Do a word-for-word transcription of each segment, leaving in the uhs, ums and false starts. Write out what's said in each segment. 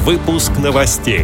Выпуск новостей.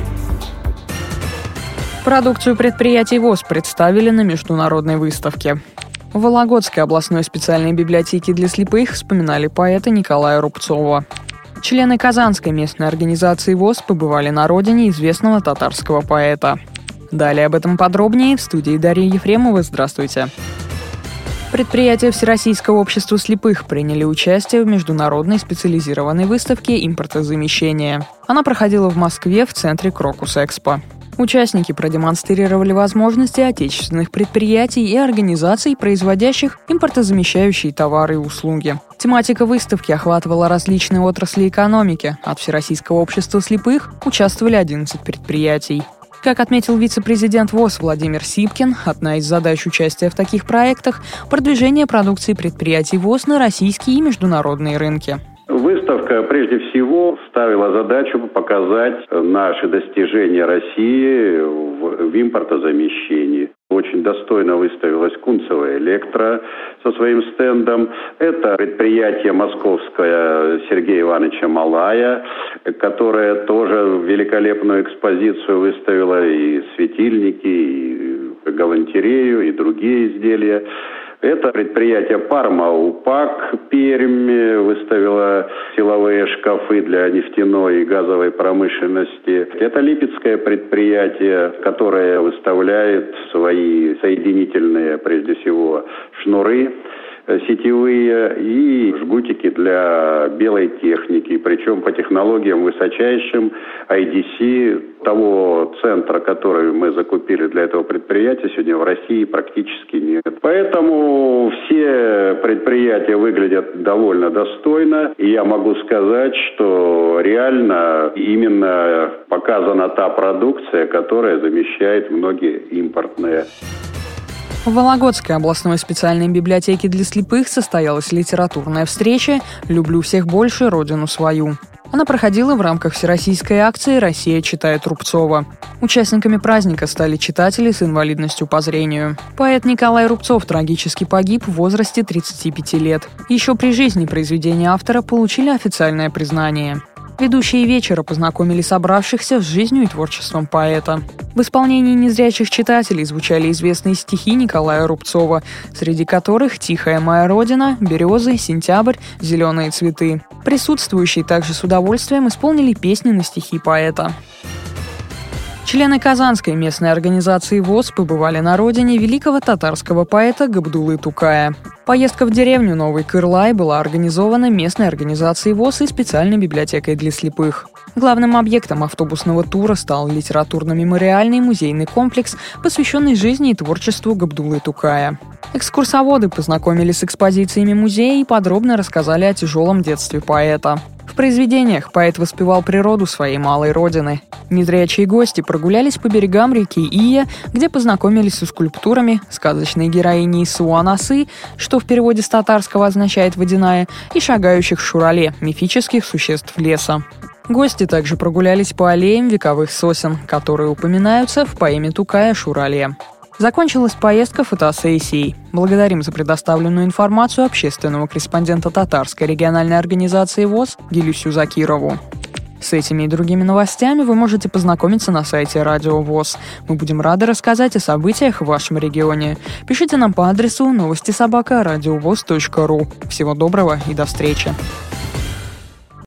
Продукцию предприятий ВОС представили на международной выставке. В Вологодской областной специальной библиотеке для слепых вспоминали поэта Николая Рубцова. Члены Казанской местной организации ВОС побывали на родине известного татарского поэта. Далее об этом подробнее в студии Дарья Ефремова. Здравствуйте. Предприятия Всероссийского общества слепых приняли участие в международной специализированной выставке импортозамещения. Она проходила в Москве в центре Крокус-Экспо. Участники продемонстрировали возможности отечественных предприятий и организаций, производящих импортозамещающие товары и услуги. Тематика выставки охватывала различные отрасли экономики. От Всероссийского общества слепых участвовали одиннадцать предприятий. Как отметил вице-президент ВОС Владимир Сипкин, одна из задач участия в таких проектах – продвижение продукции предприятий ВОС на российские и международные рынки. Выставка прежде всего ставила задачу показать наши достижения России в, в импортозамещении. Очень достойно выставилась Кунцево Электро со своим стендом. Это предприятие московское Сергея Ивановича Малая, которое тоже великолепную экспозицию выставило, и светильники, и галантерею, и другие изделия. Это предприятие Парма-Упак Пермь выставило силовые шкафы для нефтяной и газовой промышленности. Это липецкое предприятие, которое выставляет свои соединительные, прежде всего, шнуры сетевые и жгутики для белой техники, причем по технологиям высочайшим ай ди си. Того центра, который мы закупили для этого предприятия, сегодня в России практически нет. Поэтому все предприятия выглядят довольно достойно, и я могу сказать, что реально именно показана та продукция, которая замещает многие импортные. В Вологодской областной специальной библиотеке для слепых состоялась литературная встреча «Люблю всех больше, родину свою». Она проходила в рамках всероссийской акции «Россия читает Рубцова». Участниками праздника стали читатели с инвалидностью по зрению. Поэт Николай Рубцов трагически погиб в возрасте тридцати пяти лет. Еще при жизни произведения автора получили официальное признание. Ведущие вечера познакомили собравшихся с жизнью и творчеством поэта. В исполнении незрячих читателей звучали известные стихи Николая Рубцова, среди которых «Тихая моя родина», «Березы», «Сентябрь», «Зеленые цветы». Присутствующие также с удовольствием исполнили песни на стихи поэта. Члены Казанской местной организации ВОС побывали на родине великого татарского поэта Габдуллы Тукая. Поездка в деревню Новый Кырлай была организована местной организацией ВОС и специальной библиотекой для слепых. Главным объектом автобусного тура стал литературно-мемориальный музейный комплекс, посвященный жизни и творчеству Габдуллы Тукая. Экскурсоводы познакомили с экспозициями музея и подробно рассказали о тяжелом детстве поэта. В произведениях поэт воспевал природу своей малой родины. Незрячие гости прогулялись по берегам реки Ия, где познакомились со скульптурами сказочной героини Суанасы, что в переводе с татарского означает «водяная», и шагающих шурале, мифических существ леса. Гости также прогулялись по аллеям вековых сосен, которые упоминаются в поэме Тукая «Шурале». Закончилась поездка фотосессией. Благодарим за предоставленную информацию общественного корреспондента татарской региональной организации ВОС Гилюсю Закирову. С этими и другими новостями вы можете познакомиться на сайте Радио ВОС. Мы будем рады рассказать о событиях в вашем регионе. Пишите нам по адресу новости собака радиовос точка ру. Всего доброго и до встречи.